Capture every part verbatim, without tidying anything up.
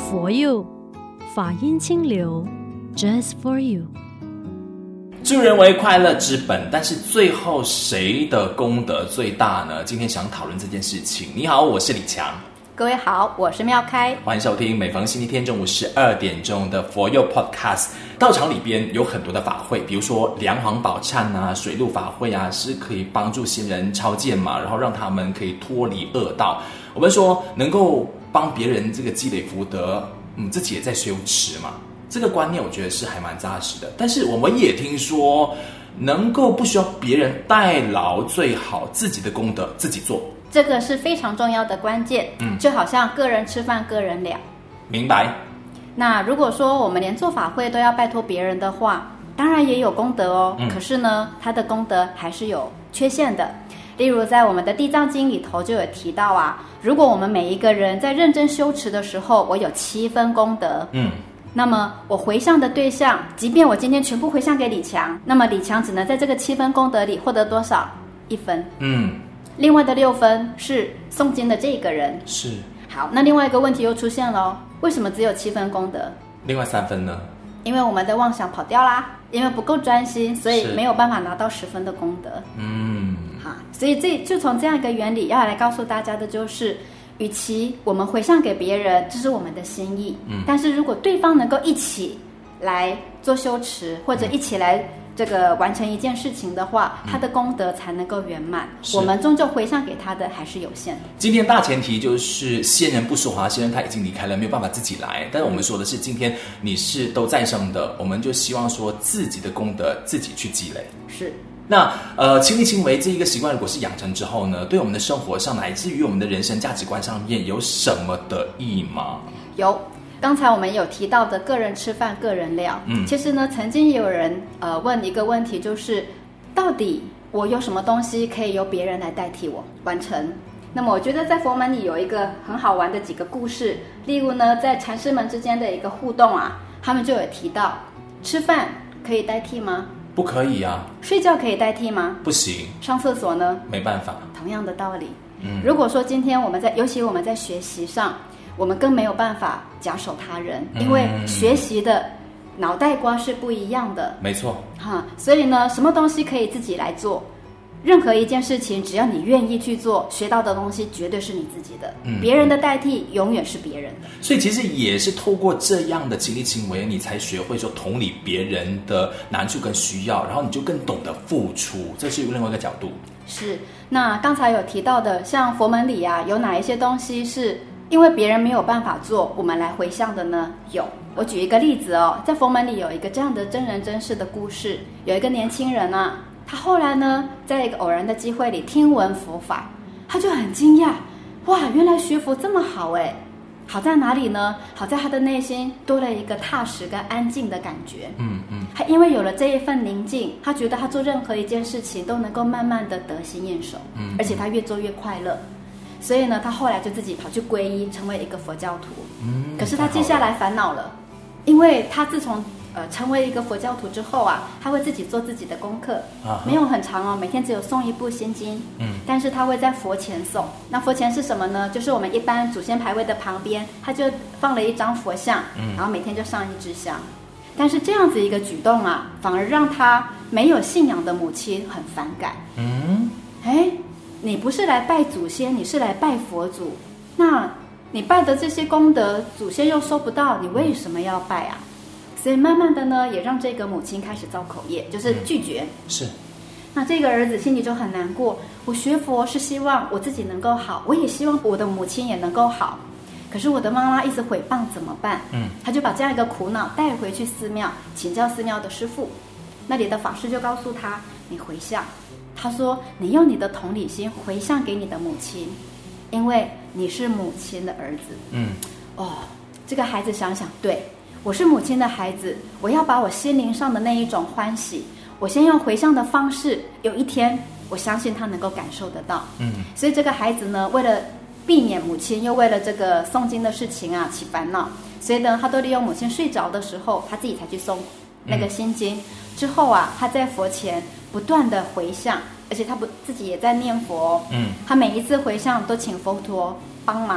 For you， 法音清流 ，Just for you。 助人为快乐之本，但是最后谁的功德最大呢？今天想讨论这件事情。你好，我是李强。 各位好，我是妙开， 欢迎收听每逢星期天中午十二点钟的 For You Podcast。道场里边有很多的法会，比如说梁皇宝忏啊、水陆法会啊，是可以帮助新人超荐嘛，然后让他们可以脱离恶道。我们说能够帮别人这个积累福德，嗯，自己也在修持嘛。这个观念我觉得是还蛮扎实的。但是我们也听说，能够不需要别人代劳最好，自己的功德自己做。 这个是非常重要的关键，嗯，就好像个人吃饭个人了。 明白。 那如果说我们连做法会都要拜托别人的话，当然也有功德哦，嗯、可是呢，他的功德还是有缺陷的。例如在我们的地藏经里头就有提到啊，如果我们每一个人在认真修持的时候，我有七分功德，嗯，那么我回向的对象，即便我今天全部回向给李强，那么李强只能在这个七分功德里获得多少？一分，嗯。另外的六分是诵经的这个人。 是。 好，那另外一个问题又出现了，为什么只有七分功德？ 另外三分呢？ 因为我们的妄想跑掉啦，因为不够专心，所以没有办法拿到十分的功德。嗯。好，所以这就从这样一个原理要来告诉大家的就是，与其我们回向给别人，这是我们的心意，嗯，但是如果对方能够一起来做修持，或者一起来这个完成一件事情的话，他的功德才能够圆满。我们终究回向给他的还是有限的。 今天大前提就是仙人不说话，仙人他已经离开了，没有办法自己来。但是我们说的是，今天你是都在生的，我们就希望说自己的功德自己去积累。 是。 那呃，亲力亲为这一个习惯，如果是养成之后呢，对我们的生活上，乃至于我们的人生价值观上面，有什么得益吗？ 有。刚才我们有提到的个人吃饭个人料，嗯，其实呢，曾经也有人呃问一个问题，就是到底我有什么东西可以由别人来代替我完成？那么我觉得在佛门里有一个很好玩的几个故事，例如呢，在禅师们之间的一个互动啊，他们就有提到，吃饭可以代替吗？ 不可以啊。 睡觉可以代替吗？ 不行。 上厕所呢？ 没办法。 同样的道理，嗯，如果说今天我们在，尤其我们在学习上，我们更没有办法假手他人，因为学习的脑袋瓜是不一样的。 没错。 哈，所以呢，什么东西可以自己来做？任何一件事情，只要你愿意去做，学到的东西绝对是你自己的，嗯、别人的代替永远是别人的。 所以其实也是透过这样的亲力亲为，你才学会说同理别人的难处跟需要，然后你就更懂得付出，这是另外一个角度。 是。那刚才有提到的，像佛门里啊，有哪一些东西是因为别人没有办法做，我们来回向的呢？有。我举一个例子哦，在佛门里有一个这样的真人真事的故事，有一个年轻人啊，他后来呢，在一个偶然的机会里听闻佛法，他就很惊讶，哇，原来学佛这么好哎！好在哪里呢？好在他的内心多了一个踏实跟安静的感觉。嗯嗯，他因为有了这一份宁静，他觉得他做任何一件事情都能够慢慢的得心应手，嗯，而且他越做越快乐。所以呢，他后来就自己跑去皈依，成为一个佛教徒。嗯，可是他接下来烦恼了，因为他自从呃成为一个佛教徒之后啊，他会自己做自己的功课，啊、没有很长哦，每天只有诵一部心经。嗯，但是他会在佛前诵。那佛前是什么呢？就是我们一般祖先牌位的旁边，他就放了一张佛像，嗯，然后每天就上一支香。但是这样子一个举动啊，反而让他没有信仰的母亲很反感。嗯，哎。你不是来拜祖先，你是来拜佛祖，那你拜的这些功德，祖先又收不到，你为什么要拜啊？所以慢慢的呢，也让这个母亲开始造口业，就是拒绝。嗯、 是。 那这个儿子心里就很难过，我学佛是希望我自己能够好，我也希望我的母亲也能够好，可是我的妈妈一直毁谤怎么办？嗯，他就把这样一个苦恼带回去寺庙，请教寺庙的师父，那里的法师就告诉他，你回向。他说你用你的同理心回向给你的母亲，因为你是母亲的儿子。嗯，哦，这个孩子想想，对，我是母亲的孩子，我要把我心灵上的那一种欢喜，我先用回向的方式，有一天我相信他能够感受得到。嗯，所以这个孩子呢，为了避免母亲又为了这个诵经的事情啊起烦恼，所以呢，他都利用母亲睡着的时候，他自己才去诵那个心经。嗯、之后啊，他在佛前不断的回向，而且他不自己也在念佛。嗯，他每一次回向都请佛陀帮忙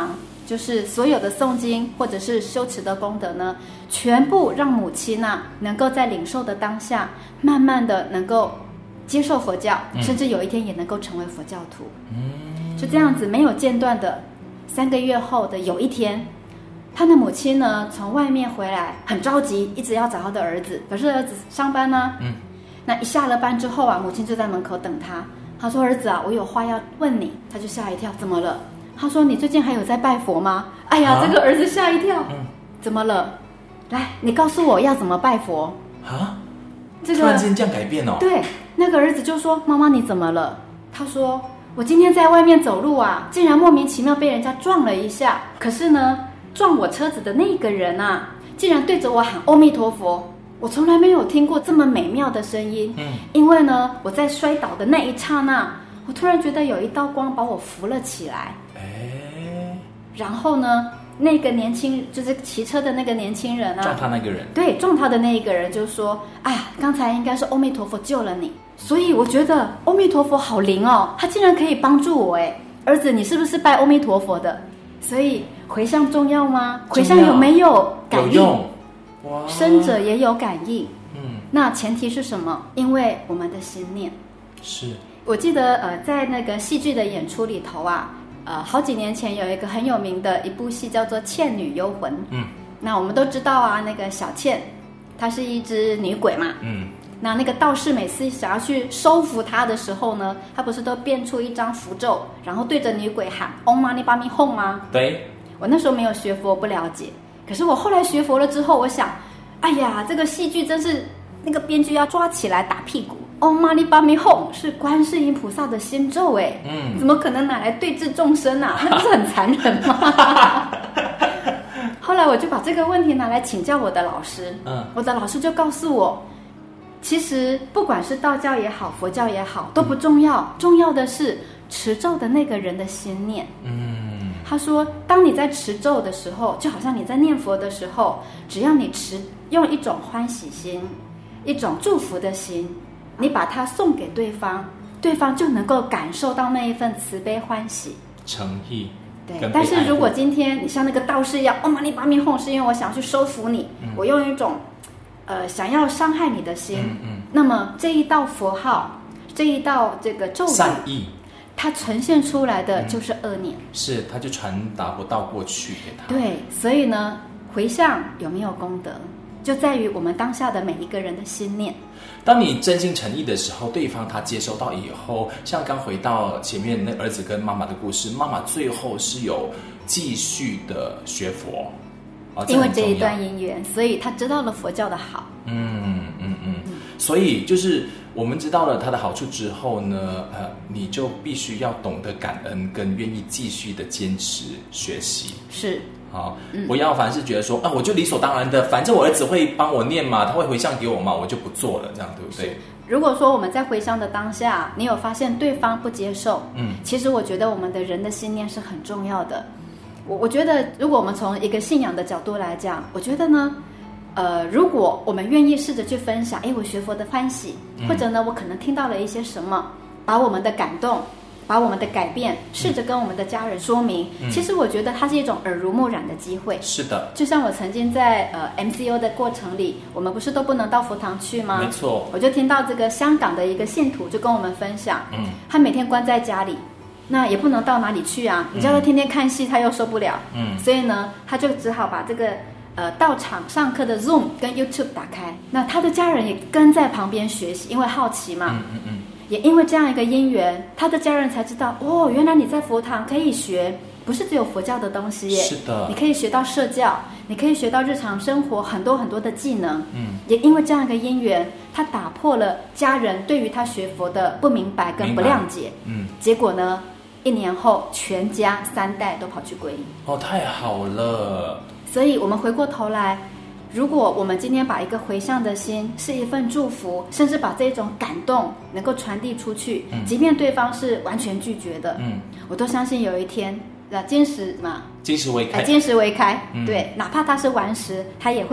就是所有的诵经或者是修持的功德呢，全部让母亲啊能够在领受的当下，慢慢的能够接受佛教，嗯、甚至有一天也能够成为佛教徒。嗯，就这样子没有间断的，三个月后的有一天，他的母亲呢从外面回来，很着急，一直要找他的儿子，可是儿子上班呢、啊，嗯，那一下了班之后啊，母亲就在门口等他。他说：“儿子啊，我有话要问你。”他就吓一跳，怎么了？他说：“你最近还有在拜佛吗？”哎呀，啊、这个儿子吓一跳，嗯，怎么了？来，你告诉我要怎么拜佛啊？ 这个突然间这样改变哦。 对，那个儿子就说：“妈妈，你怎么了？”他说：“我今天在外面走路啊，竟然莫名其妙被人家撞了一下。可是呢，撞我车子的那个人啊，竟然对着我喊阿弥陀佛。我从来没有听过这么美妙的声音。嗯，因为呢，我在摔倒的那一刹那，我突然觉得有一道光把我扶了起来。哎，然后呢，那个年轻就是骑车的那个年轻人啊， 撞他那个人， 对，撞他的那一个人就说：哎呀，刚才应该是阿弥陀佛救了你。所以我觉得阿弥陀佛好灵哦，他竟然可以帮助我。哎，儿子，你是不是拜阿弥陀佛的？所以回向重要吗？回向有没有感应？有用。哇，生者也有感应。嗯，那前提是什么？因为我们的心念。 是， 我记得呃，在那个戏剧的演出里头啊，呃，好几年前有一个很有名的一部戏叫做《倩女幽魂》。嗯，那我们都知道啊，那个小倩，她是一只女鬼嘛。嗯，那那个道士每次想要去收服她的时候呢，他不是都变出一张符咒，然后对着女鬼喊 Om Mani Padme Hum 吗？ 对， 我那时候没有学佛，不了解。可是我后来学佛了之后，我想，哎呀，这个戏剧真是那个编剧要抓起来打屁股。Om Mani Padme Hum 是观世音菩萨的心咒，哎，嗯，怎么可能拿来对治众生啊？那不是很残忍吗？后来我就把这个问题拿来请教我的老师，嗯，我的老师就告诉我，其实不管是道教也好，佛教也好，都不重要，嗯、重要的是持咒的那个人的心念，嗯。他说当你在持咒的时候，就好像你在念佛的时候，只要你持用一种欢喜心，一种祝福的心，你把它送给对方，对方就能够感受到那一份慈悲欢喜诚意。 对，但是如果今天你像那个道士一样，哦玛尼巴咪吽，是因为我想要去收服你，嗯、我用一种呃想要伤害你的心，嗯嗯，那么这一道佛号，这一道这个咒语善意， 它呈现出来的就是恶念，嗯、 是它就传达不到过去给他。 对，所以呢，回向有没有功德，就在于我们当下的每一个人的心念。 当你真心诚意的时候，对方他接收到以后，像刚回到前面那儿子跟妈妈的故事，妈妈最后是有继续的学佛， 哦、因为这一段因缘，所以他知道了佛教的好。 嗯嗯嗯，所以就是我们知道了它的好处之后呢，呃，你就必须要懂得感恩，跟愿意继续的坚持学习。 是。 好，不要凡是觉得说啊，我就理所当然的，反正我儿子会帮我念嘛，他会回向给我嘛，我就不做了，这样对不对？ 如果说我们在回向的当下，你有发现对方不接受，嗯，其实我觉得我们的人的心念是很重要的。我我觉得，如果我们从一个信仰的角度来讲，我觉得呢，呃，如果我们愿意试着去分享，哎，我学佛的欢喜，嗯、或者呢，我可能听到了一些什么，把我们的感动。把我们的改变试着跟我们的家人说明，嗯、其实我觉得它是一种耳濡目染的机会。 是的， 就像我曾经在呃 M C O 的过程里，我们不是都不能到佛堂去吗？ 没错， 我就听到这个香港的一个信徒就跟我们分享，嗯，他每天关在家里，那也不能到哪里去啊，你叫他天天看戏，他又受不了，嗯，所以呢，他就只好把这个呃到场上课的 Zoom 跟 YouTube 打开，那他的家人也跟在旁边学习，因为好奇嘛，嗯嗯嗯。也因为这样一个因缘，他的家人才知道哦，原来你在佛堂可以学，不是只有佛教的东西耶。 是的， 你可以学到社教，你可以学到日常生活很多很多的技能。嗯，也因为这样一个因缘，他打破了家人对于他学佛的不明白跟不谅解。嗯，结果呢，一年后全家三代都跑去皈依。 哦，太好了！ 所以我们回过头来。如果我们今天把一个回向的心是一份祝福，甚至把这种感动能够传递出去，嗯、即便对方是完全拒绝的，嗯、我都相信有一天，啊，金石嘛， 金石为开， 金石为开，嗯、对，哪怕他是顽石，他也会有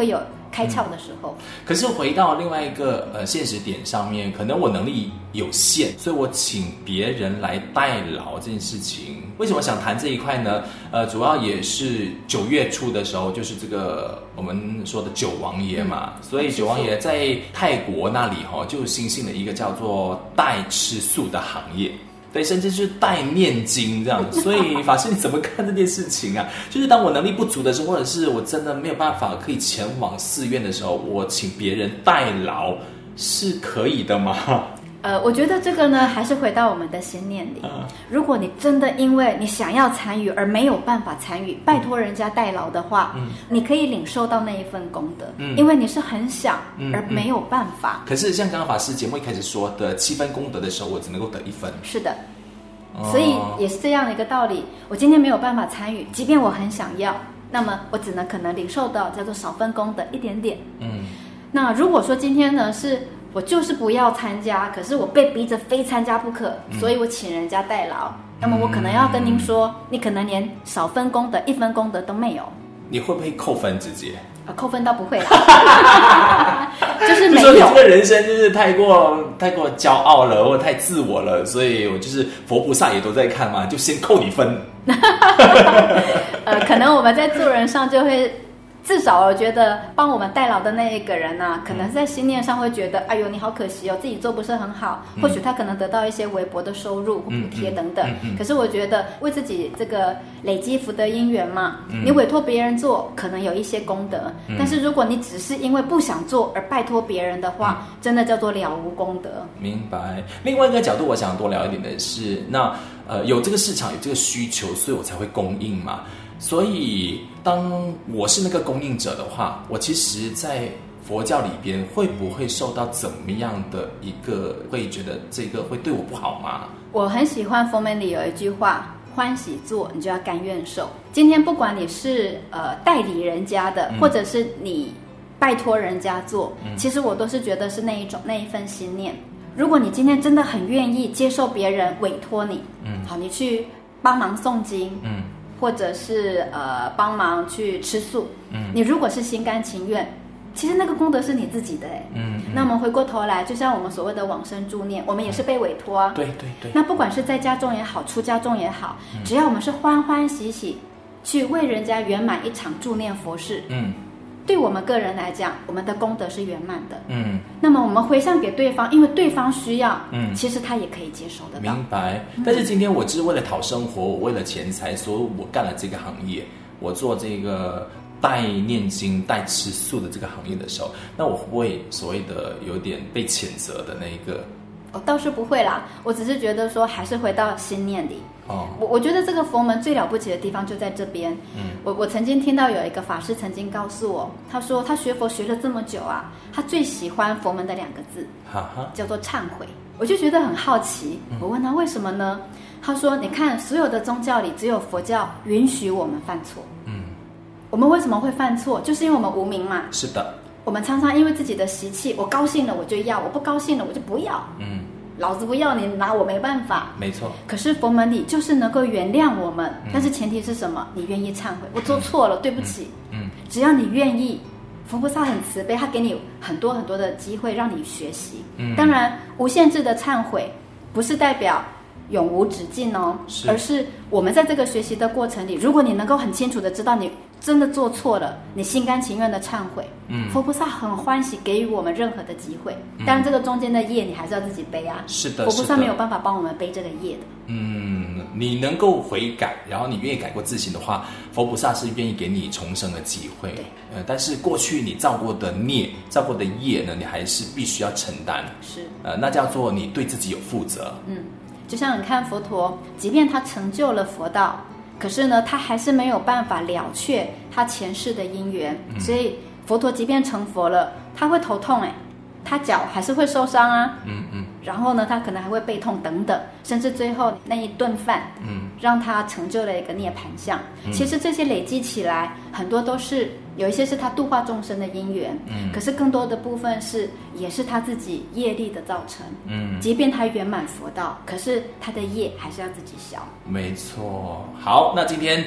开窍的时候。 嗯、可是回到另外一个呃现实点上面，可能我能力有限，所以我请别人来代劳这件事情，为什么想谈这一块呢？呃，主要也是九月初的时候，就是这个我们说的九王爷嘛，嗯、所以九王爷在泰国那里哈、哦，就兴兴了一个叫做代吃素的行业。对，甚至是代念经这样，所以法师你怎么看这件事情啊？就是当我能力不足的时候，或者是我真的没有办法可以前往寺院的时候，我请别人代劳是可以的吗？ 呃，我觉得这个呢，还是回到我们的心念里。嗯、如果你真的因为你想要参与而没有办法参与，拜托人家代劳的话，嗯、你可以领受到那一份功德，嗯、因为你是很想而没有办法。嗯嗯、 可是像刚刚法师节目一开始说的七分功德的时候，我只能够得一分。 是的，哦、所以也是这样的一个道理。我今天没有办法参与，即便我很想要，那么我只能可能领受到叫做少分功德一点点。嗯，那如果说今天呢是。我就是不要参加，可是我被逼着非参加不可，嗯、所以我请人家代劳。那么我可能要跟您说，嗯、你可能连少分功德、一分功德都没有。 你会不会扣分直接？ 啊，扣分倒不会啦，就是没有。 就说你这个人生就是太过太过骄傲了，或者太自我了，所以我就是佛菩萨也都在看嘛，就先扣你分。 呃，可能我们在做人上就会。至少我觉得帮我们代劳的那一个人呢、啊，可能在心念上会觉得，哎呦，你好可惜哦，自己做不是很好。或许他可能得到一些微薄的收入或补贴等等。嗯嗯嗯、可是我觉得为自己这个累积福德因缘嘛，嗯、你委托别人做，可能有一些功德。嗯、但是如果你只是因为不想做而拜托别人的话，嗯、真的叫做了无功德。 明白。另外一个角度，我想多聊一点的是，那呃有这个市场有这个需求，所以我才会供应嘛。所以，当我是那个供应者的话，我其实，在佛教里边会不会受到怎么样的一个，会觉得这个会对我不好吗？ 我很喜欢佛门里有一句话：欢喜做，你就要甘愿受。今天不管你是呃代理人家的，嗯、或者是你拜托人家做，嗯、其实我都是觉得是那一种那一份心念。如果你今天真的很愿意接受别人委托你，嗯，好，你去帮忙诵经，嗯。或者是呃帮忙去吃素，嗯，你如果是心甘情愿，其实那个功德是你自己的哎，嗯，嗯那我们回过头来，就像我们所谓的往生助念，我们也是被委托啊， 对对对。 那不管是在家中也好，出家中也好，嗯、只要我们是欢欢喜喜去为人家圆满一场助念佛事，嗯。对我们个人来讲，我们的功德是圆满的。嗯，那么我们回向给对方，因为对方需要，嗯，其实他也可以接受得到。 明白。但是今天我只是为了讨生活，我为了钱财，所以我干了这个行业，我做这个代念经、代吃素的这个行业的时候，那我会不会所谓的有点被谴责的那一个？ 哦，倒是不会啦，我只是觉得说，还是回到心念里。哦，我我觉得这个佛门最了不起的地方就在这边。嗯，我我曾经听到有一个法师曾经告诉我，他说他学佛学了这么久啊，他最喜欢佛门的两个字，哈哈叫做忏悔。我就觉得很好奇，我问他为什么呢？他说，你看所有的宗教里，只有佛教允许我们犯错。嗯，我们为什么会犯错？就是因为我们无明嘛。 是的。 我们常常因为自己的习气，我高兴了我就要，我不高兴了我就不要。嗯，老子不要你拿我没办法。 没错。 可是佛门里就是能够原谅我们，嗯、但是前提是什么？你愿意忏悔，我做错了，嗯、对不起。嗯，嗯只要你愿意，佛菩萨很慈悲，他给你很多很多的机会让你学习。嗯，当然无限制的忏悔不是代表永无止境哦，是而是我们在这个学习的过程里，如果你能够很清楚的知道你真的做错了，你心甘情愿的忏悔，嗯，佛菩萨很欢喜给予我们任何的机会。嗯、当然，这个中间的业你还是要自己背啊。 是的， 佛菩萨没有办法帮我们背这个业的。 嗯，你能够悔改，然后你愿意改过自新的话，佛菩萨是愿意给你重生的机会。 对， 呃，但是过去你造过的孽、造过的业呢，你还是必须要承担。 是， 呃，那叫做你对自己有负责。 嗯，就像你看佛陀，即便他成就了佛道。可是呢，他还是没有办法了却他前世的因缘，嗯、所以佛陀即便成佛了，他会头痛哎，他脚还是会受伤啊，嗯嗯，然后呢，他可能还会背痛等等，甚至最后那一顿饭，嗯，让他成就了一个涅槃相。嗯、其实这些累积起来，很多都是有一些是他度化众生的因缘，嗯，可是更多的部分是也是他自己业力的造成，嗯，即便他圆满佛道，可是他的业还是要自己消。 没错。好，那今天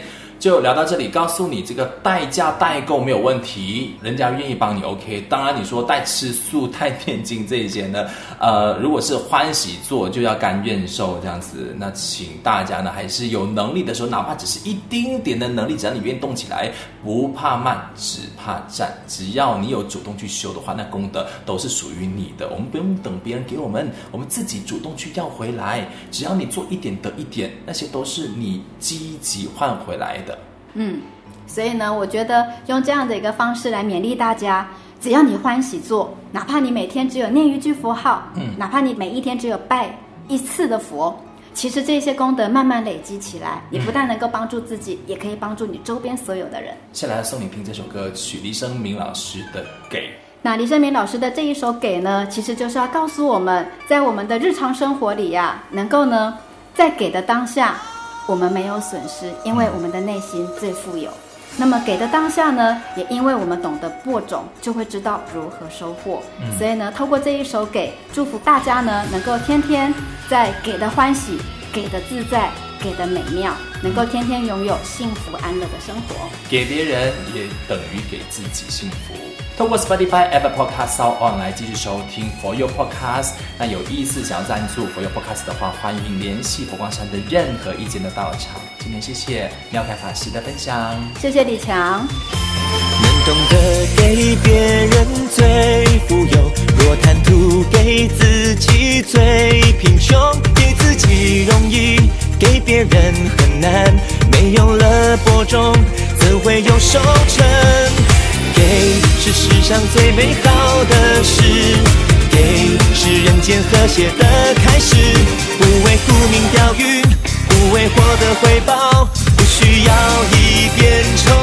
就聊到这里，告诉你这个代驾代购没有问题，人家愿意帮你 OK。当然你说带吃素、带念经这些呢，呃，如果是欢喜做就要甘愿受这样子。那请大家呢还是有能力的时候，哪怕只是一丁点的能力，只要你愿意动起来，不怕慢，只怕站。只要你有主动去修的话，那功德都是属于你的，我们不用等别人给我们，我们自己主动去要回来。只要你做一点得一点，那些都是你积极换回来的。 嗯，所以呢，我觉得用这样的一个方式来勉励大家，只要你欢喜做，哪怕你每天只有念一句佛号，嗯，哪怕你每一天只有拜一次的佛，其实这些功德慢慢累积起来，你不但能够帮助自己，也可以帮助你周边所有的人。 下来送你听这首歌曲，黎生明老师的《给》。 那黎生明老师的这一首《给》呢，其实就是要告诉我们，在我们的日常生活里呀、啊，能够呢，在给的当下，我们没有损失，因为我们的内心最富有。那么给的当下呢，也因为我们懂得播种，就会知道如何收获。嗯、所以呢，透过这一首给，祝福大家呢，能够天天在给的欢喜、给的自在、给的美妙，能够天天拥有幸福安乐的生活。 给别人也等于给自己幸福。透过 Spotify、Apple Podcast、SoundOn 来继续收听佛佑 Podcast。那有意思想要赞助佛佑 Podcast 的话，欢迎联系佛光山的任何一间的道场。今天谢谢妙开法师的分享， 谢谢李强。 能懂得给别人最富有，若贪图给自己最贫穷，给自己容易，给别人很难，没有了播种，怎会有收成？给是世上最美好的事，给是人间和谐的开始，不为沽名钓誉，不为获得回报，不需要一点酬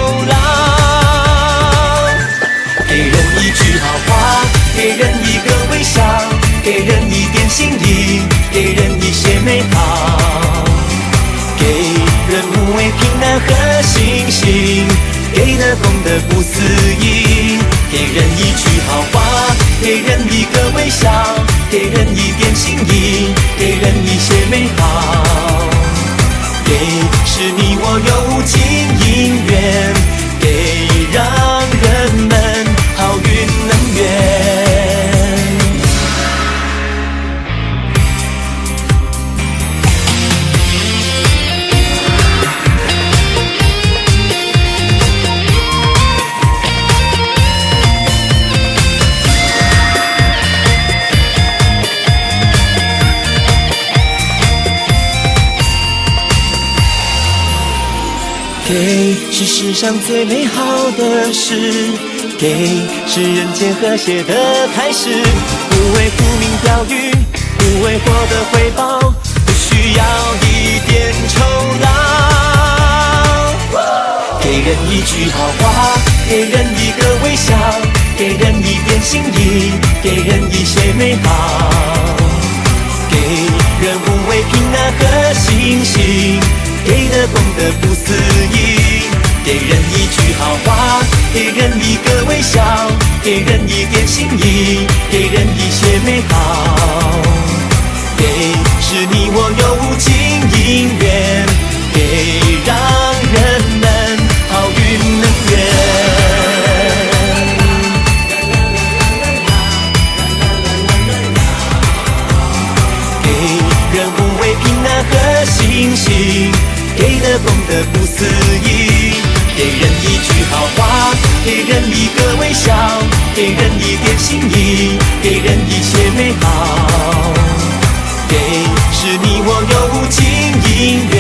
劳。给人一句好话，给人一个微笑，给人一点心意，给人一些美好，给人无畏平安和信心，给的功德不思议。给人一句好话，给人一个微笑，给人一点心意，给人一些美好，给是你我有无尽因缘，给让人们好运能圆。给是世上最美好的事，给是人间和谐的开始，不为沽名钓誉，不为获得回报，不需要一点酬劳。给人一句好话，给人一个微笑，给人一点心意，给人一些美好，给人无畏平安和信心，给的功德不思议。给人一句好话，给人一个微笑，给人一点心意，给人一些美好，给是你我有无尽因缘，给让人们好运能圆。给人无畏平安和信心，给的功德不思议。给人一句好话，给人一个微笑，给人一点心意，给人一些美好，给是你我有无尽因缘。